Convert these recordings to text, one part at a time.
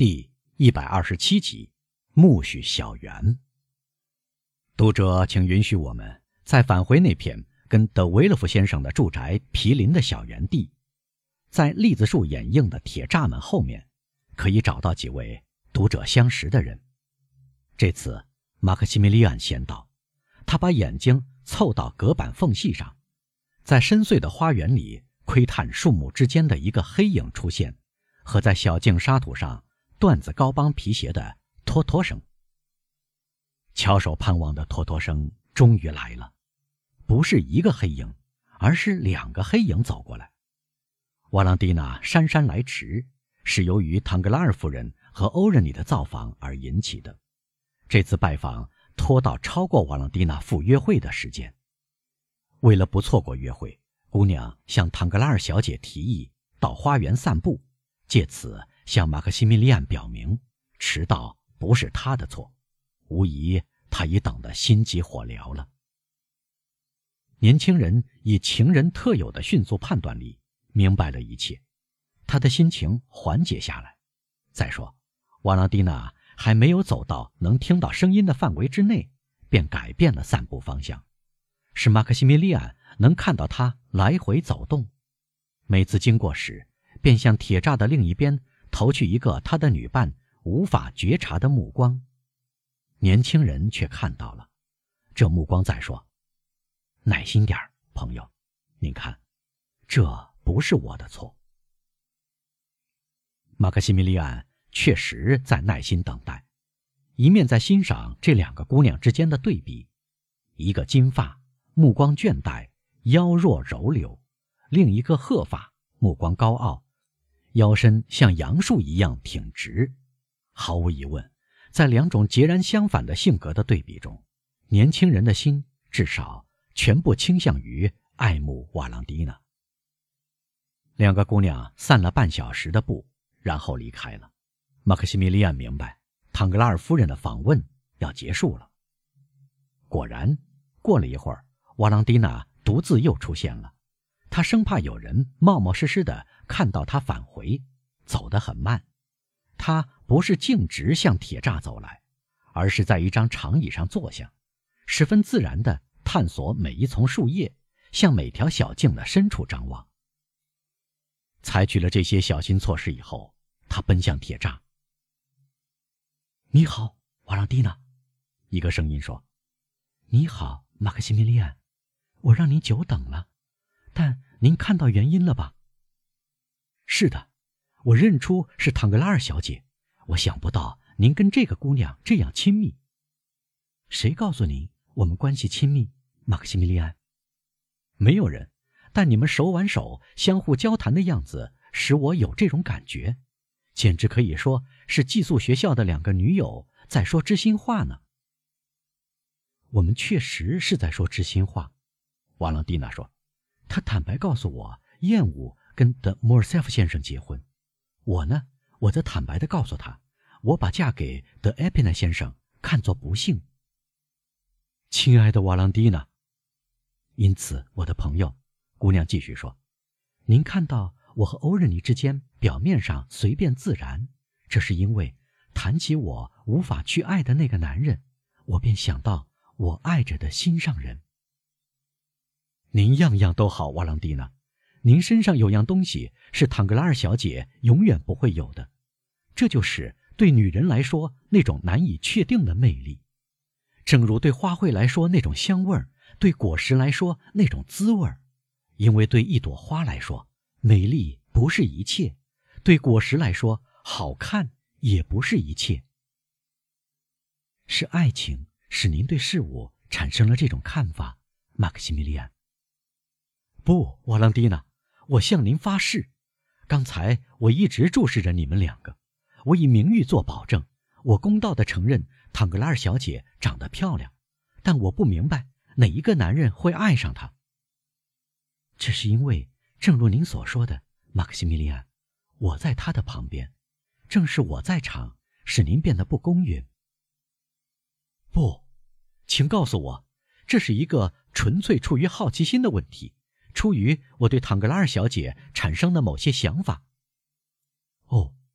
第127集苜蓿小园。读者请允许我们再返回那片跟德维勒夫先生的住宅毗邻的小园地，在栗子树掩映的铁栅门后面，可以找到几位读者相识的人。这次马克西米利安先到，他把眼睛凑到隔板缝隙上，在深邃的花园里窥探树木之间的一个黑影出现，和在小径沙土上缎子高帮皮鞋的拖拖声。翘首盼望的拖拖声终于来了，不是一个黑影，而是2个黑影走过来。瓦朗蒂娜姗姗来迟，是由于唐格拉尔夫人和欧仁妮的造访而引起的。这次拜访拖到超过瓦朗蒂娜赴约会的时间。为了不错过约会，姑娘向唐格拉尔小姐提议到花园散步，借此向马克西米利安表明迟到不是他的错，无疑他已等得心急火燎了。年轻人以情人特有的迅速判断力明白了一切，他的心情缓解下来。再说，瓦朗蒂娜还没有走到能听到声音的范围之内，便改变了散步方向，使马克西米利安能看到他来回走动。每次经过时，便向铁栅的另一边投去一个他的女伴无法觉察的目光。年轻人却看到了，这目光在说：耐心点儿，朋友，您看，这不是我的错。马克西米利安确实在耐心等待，一面在欣赏这2个姑娘之间的对比，一个金发，目光倦怠，腰弱柔柳；另一个褐发，目光高傲，腰身像杨树一样挺直。毫无疑问，在2种截然相反的性格的对比中，年轻人的心至少全部倾向于爱慕瓦朗蒂娜。2个姑娘散了半小时的步，然后离开了。马克西米利安明白，唐格拉尔夫人的访问要结束了。果然，过了一会儿，瓦朗蒂娜独自又出现了。她生怕有人冒冒失失地看到她返回，走得很慢。她不是径直向铁栅走来，而是在一张长椅上坐下，十分自然地探索每一丛树叶，向每条小径的深处张望。采取了这些小心措施以后，她奔向铁栅。你好，瓦朗蒂娜，一个声音说。你好，马克西米利安，我让您久等了，但您看到原因了吧？是的，我认出是唐格拉尔小姐，我想不到您跟这个姑娘这样亲密。谁告诉您我们关系亲密，马克西米利安？没有人，但你们手挽手相互交谈的样子使我有这种感觉，简直可以说是寄宿学校的2个女友在说知心话呢。我们确实是在说知心话，瓦朗蒂娜说。她坦白告诉我厌恶跟德莫尔塞夫先生结婚，我呢，我则坦白地告诉他，我把嫁给德埃皮奈先生看作不幸。亲爱的瓦朗蒂娜，因此我的朋友，姑娘继续说，您看到我和欧仁妮之间表面上随便自然，这是因为谈起我无法去爱的那个男人，我便想到我爱着的心上人。您样样都好，瓦朗蒂娜，您身上有样东西是唐格拉尔小姐永远不会有的，这就是对女人来说那种难以确定的魅力，正如对花卉来说那种香味儿，对果实来说那种滋味儿。因为对一朵花来说，美丽不是一切，对果实来说，好看也不是一切。是爱情使您对事物产生了这种看法，马克西米利安。不，瓦朗蒂娜，我向您发誓，刚才我一直注视着你们2个，我以名誉做保证，我公道地承认唐格拉尔小姐长得漂亮，但我不明白哪一个男人会爱上她。这是因为，正如您所说的，马克西米利安，我在她的旁边，正是我在场，使您变得不公允。不，请告诉我，这是一个纯粹出于好奇心的问题，出于我对唐格拉尔小姐产生的某些想法。哦，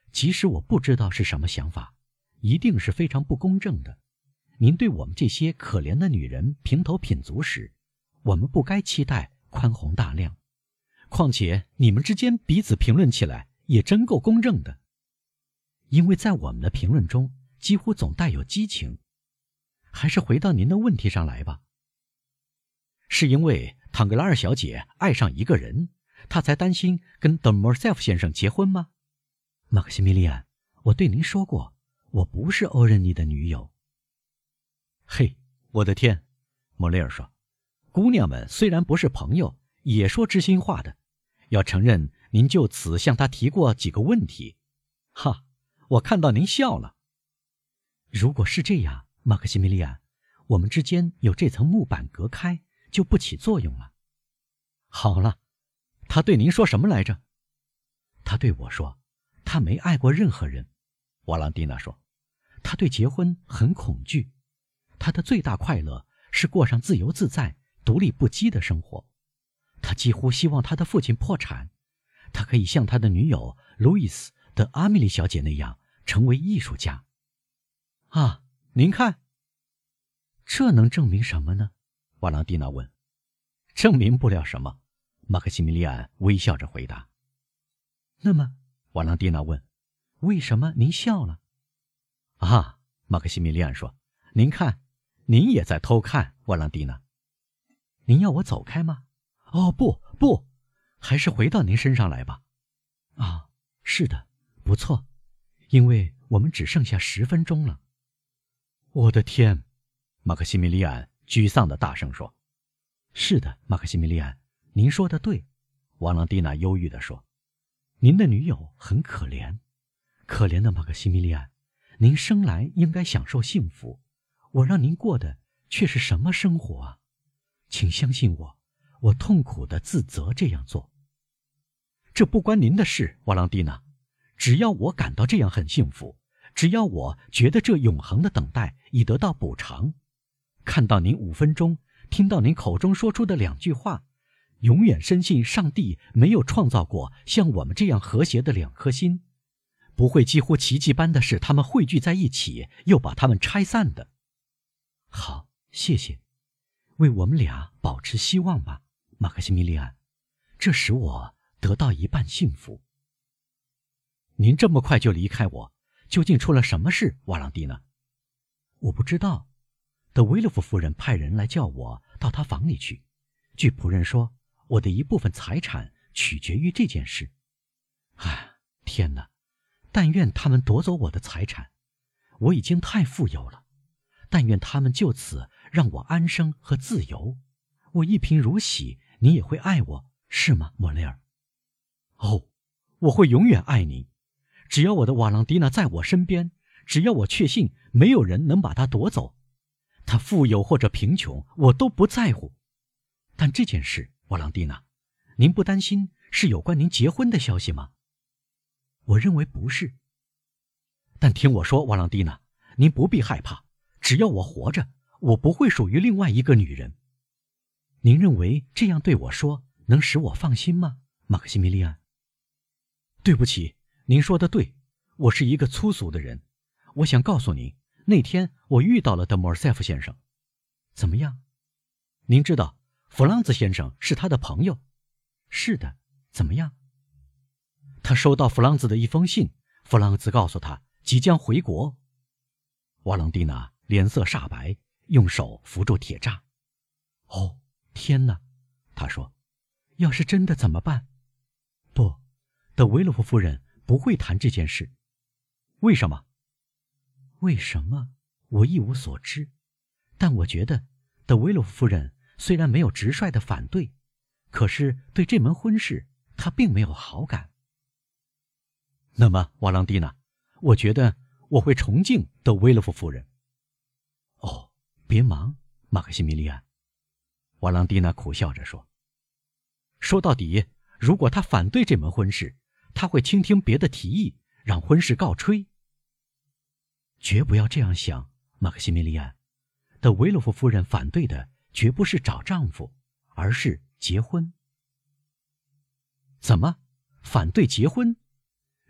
即使我不知道是什么想法，一定是非常不公正的。您对我们这些可怜的女人平头品足时，我们不该期待宽宏大量。况且你们之间彼此评论起来也真够公正的，因为在我们的评论中几乎总带有激情。还是回到您的问题上来吧。是因为唐格拉尔小姐爱上一个人，她才担心跟德莫塞夫先生结婚吗？马克西米利安，我对您说过，我不是欧仁妮的女友。嘿，我的天，莫雷尔说，姑娘们虽然不是朋友，也说知心话的。要承认您就此向她提过几个问题。哈，我看到您笑了。如果是这样，马克西米利安，我们之间有这层木板隔开，就不起作用了。好了，他对您说什么来着？他对我说，他没爱过任何人。瓦朗蒂娜说，他对结婚很恐惧，他的最大快乐是过上自由自在、独立不羁的生活。他几乎希望他的父亲破产，他可以像他的女友路易斯的阿米莉小姐那样成为艺术家。啊，您看，这能证明什么呢？瓦朗蒂娜问。证明不了什么，马克西米利安微笑着回答。那么，瓦朗蒂娜问，为什么您笑了？啊，马克西米利安说，您看，您也在偷看，瓦朗蒂娜。您要我走开吗？哦，不，还是回到您身上来吧。啊，是的，不错，因为我们只剩下10分钟了。我的天，马克西米利安沮丧地大声说。是的，马克西米利安，您说的对，瓦朗蒂娜忧郁地说。您的女友很可怜，可怜的马克西米利安，您生来应该享受幸福，我让您过的却是什么生活啊？请相信我，我痛苦地自责这样做。这不关您的事，瓦朗蒂娜，只要我感到这样很幸福，只要我觉得这永恒的等待已得到补偿，看到您5分钟，听到您口中说出的2句话，永远深信上帝没有创造过像我们这样和谐的2颗心，不会几乎奇迹般的使它们汇聚在一起，又把它们拆散的。好，谢谢，为我们俩保持希望吧，马克西米利安，这使我得到一半幸福。您这么快就离开我，究竟出了什么事，瓦朗蒂娜？我不知道，德维勒夫夫人派人来叫我到她房里去，据仆人说，我的一部分财产取决于这件事。唉，天哪，但愿他们夺走我的财产，我已经太富有了，但愿他们就此让我安生和自由。我一贫如洗，你也会爱我，是吗，莫雷尔？哦，我会永远爱您，只要我的瓦朗蒂娜在我身边，只要我确信没有人能把她夺走，她富有或者贫穷，我都不在乎。但这件事，瓦朗蒂娜，您不担心是有关您结婚的消息吗？我认为不是。但听我说，瓦朗蒂娜，您不必害怕，只要我活着，我不会属于另外一个女人。您认为这样对我说能使我放心吗，马克西米利安？对不起，您说的对，我是一个粗俗的人。我想告诉您，那天我遇到了德莫尔塞夫先生。怎么样？您知道弗朗兹先生是他的朋友。是的，怎么样？他收到弗朗兹的一封信，弗朗兹告诉他即将回国。瓦朗蒂娜脸色煞白，用手扶住铁栅。哦，天哪，他说，要是真的怎么办？不，德维洛夫夫人不会谈这件事。为什么？为什么？我一无所知。但我觉得德维洛夫夫人虽然没有直率的反对，可是对这门婚事她并没有好感。那么，瓦朗蒂娜，我觉得我会崇敬德维洛夫夫人。哦，别忙，马克西米利安。瓦朗蒂娜苦笑着说。说到底，如果他反对这门婚事，他会倾听别的提议，让婚事告吹。绝不要这样想，马克西米利安。德维洛夫夫人反对的绝不是找丈夫，而是结婚。怎么？反对结婚？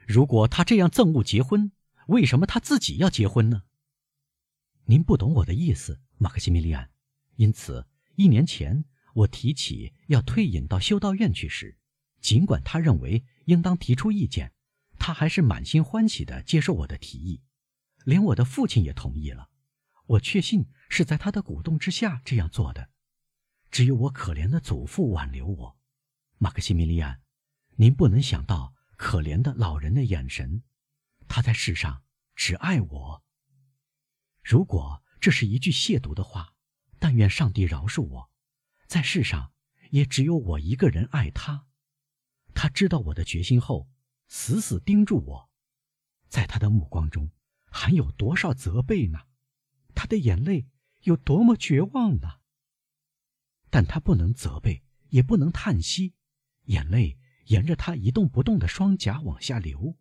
如果他这样憎恶结婚，为什么他自己要结婚呢？您不懂我的意思，马克西米利安。因此1年前我提起要退隐到修道院去时，尽管他认为应当提出意见，他还是满心欢喜地接受我的提议，连我的父亲也同意了。我确信是在他的鼓动之下这样做的。只有我可怜的祖父挽留我。马克西米利安，您不能想到可怜的老人的眼神，他在世上只爱我。如果这是一句亵渎的话，但愿上帝饶恕我。在世上也只有我一个人爱他。他知道我的决心后，死死盯住我，在他的目光中含有多少责备呢？他的眼泪有多么绝望呢？但他不能责备，也不能叹息，眼泪沿着他一动不动的双颊往下流。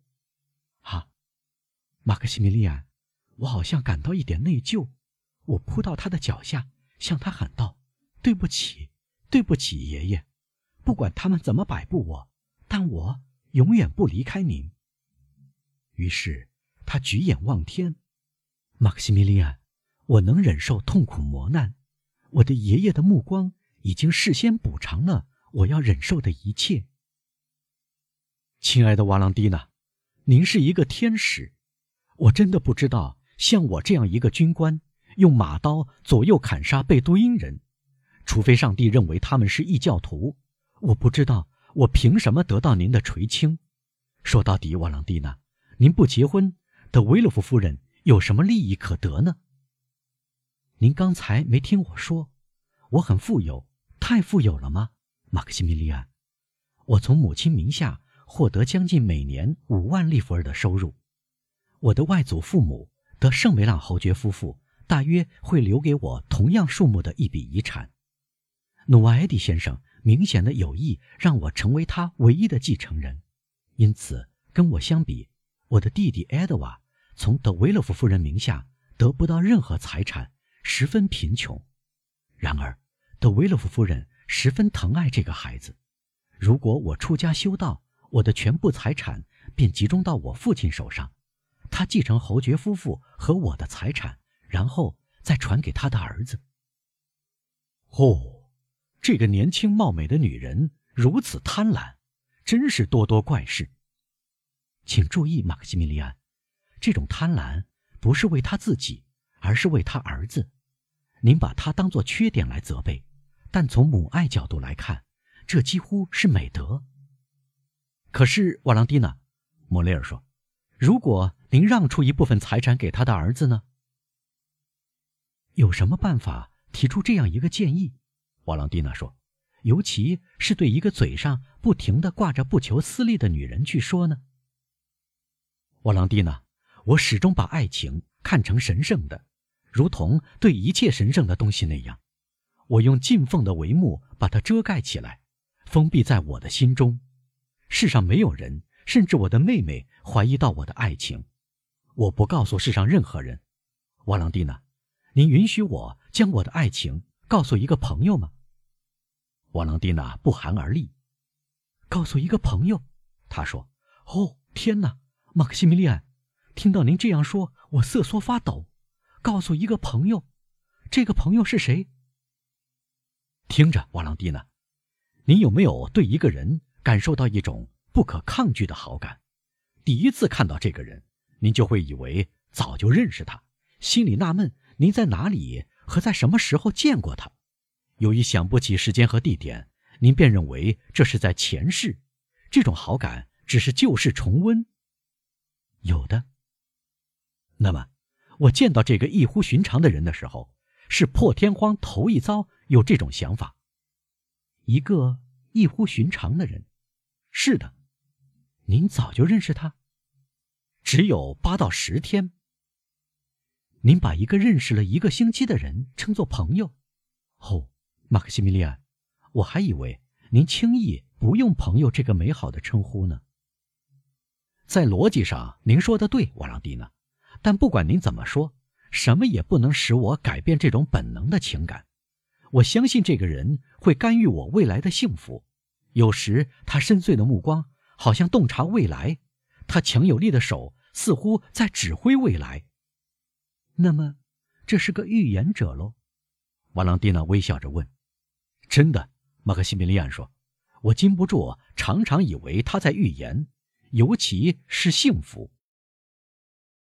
马克西米利安，我好像感到一点内疚。我扑到他的脚下，向他喊道：对不起，对不起，爷爷。不管他们怎么摆布我，但我永远不离开您。于是他举眼望天。马克西米利安，我能忍受痛苦磨难，我的爷爷的目光已经事先补偿了我要忍受的一切。亲爱的瓦朗蒂娜，您是一个天使。我真的不知道像我这样一个军官用马刀左右砍杀贝都因人，除非上帝认为他们是异教徒。我不知道我凭什么得到您的垂青。说到底，瓦朗蒂娜，您不结婚，德维洛夫夫人有什么利益可得呢？您刚才没听我说，我很富有，太富有了吗，马克西米利安？我从母亲名下获得将近每年5万利弗尔的收入。我的外祖父母德圣梅朗侯爵夫妇大约会留给我同样数目的一笔遗产。努瓦埃蒂先生明显的有意让我成为他唯一的继承人，因此跟我相比，我的弟弟埃德瓦从德维洛夫夫人名下得不到任何财产，十分贫穷。然而德维洛夫夫人十分疼爱这个孩子。如果我出家修道，我的全部财产便集中到我父亲手上，他继承侯爵夫妇和我的财产，然后再传给他的儿子。这个年轻貌美的女人如此贪婪，真是多多怪事。请注意，马克西米利安，这种贪婪不是为他自己，而是为他儿子。您把它当作缺点来责备，但从母爱角度来看，这几乎是美德。可是瓦朗蒂娜，莫雷尔说，如果您让出一部分财产给他的儿子呢？有什么办法提出这样一个建议？瓦朗蒂娜说，尤其是对一个嘴上不停地挂着不求私利的女人去说呢？瓦朗蒂娜，我始终把爱情看成神圣的，如同对一切神圣的东西那样。我用敬奉的帷幕把它遮盖起来，封闭在我的心中。世上没有人，甚至我的妹妹，怀疑到我的爱情。我不告诉世上任何人。瓦朗蒂娜，您允许我将我的爱情告诉一个朋友吗？瓦朗蒂娜不寒而栗。告诉一个朋友？他说，天哪，马克西米利安，听到您这样说，我瑟缩发抖。告诉一个朋友？这个朋友是谁？听着，瓦朗蒂娜，您有没有对一个人感受到一种不可抗拒的好感？第一次看到这个人，您就会以为早就认识他，心里纳闷您在哪里和在什么时候见过他。由于想不起时间和地点，您便认为这是在前世。这种好感只是旧事重温。有的。那么我见到这个异乎寻常的人的时候，是破天荒头一遭有这种想法。一个异乎寻常的人？是的。您早就认识他？只有8到10天。您把一个认识了1个星期的人称作朋友？马克西米利安，我还以为您轻易不用朋友这个美好的称呼呢。在逻辑上您说的对，瓦朗蒂娜，但不管您怎么说，什么也不能使我改变这种本能的情感。我相信这个人会干预我未来的幸福。有时他深邃的目光好像洞察未来， 他强有力的手似乎在指挥未来。那么，这是个预言者喽？瓦朗蒂娜微笑着问。真的，马克西米利安说，我禁不住常常以为他在预言，尤其是幸福。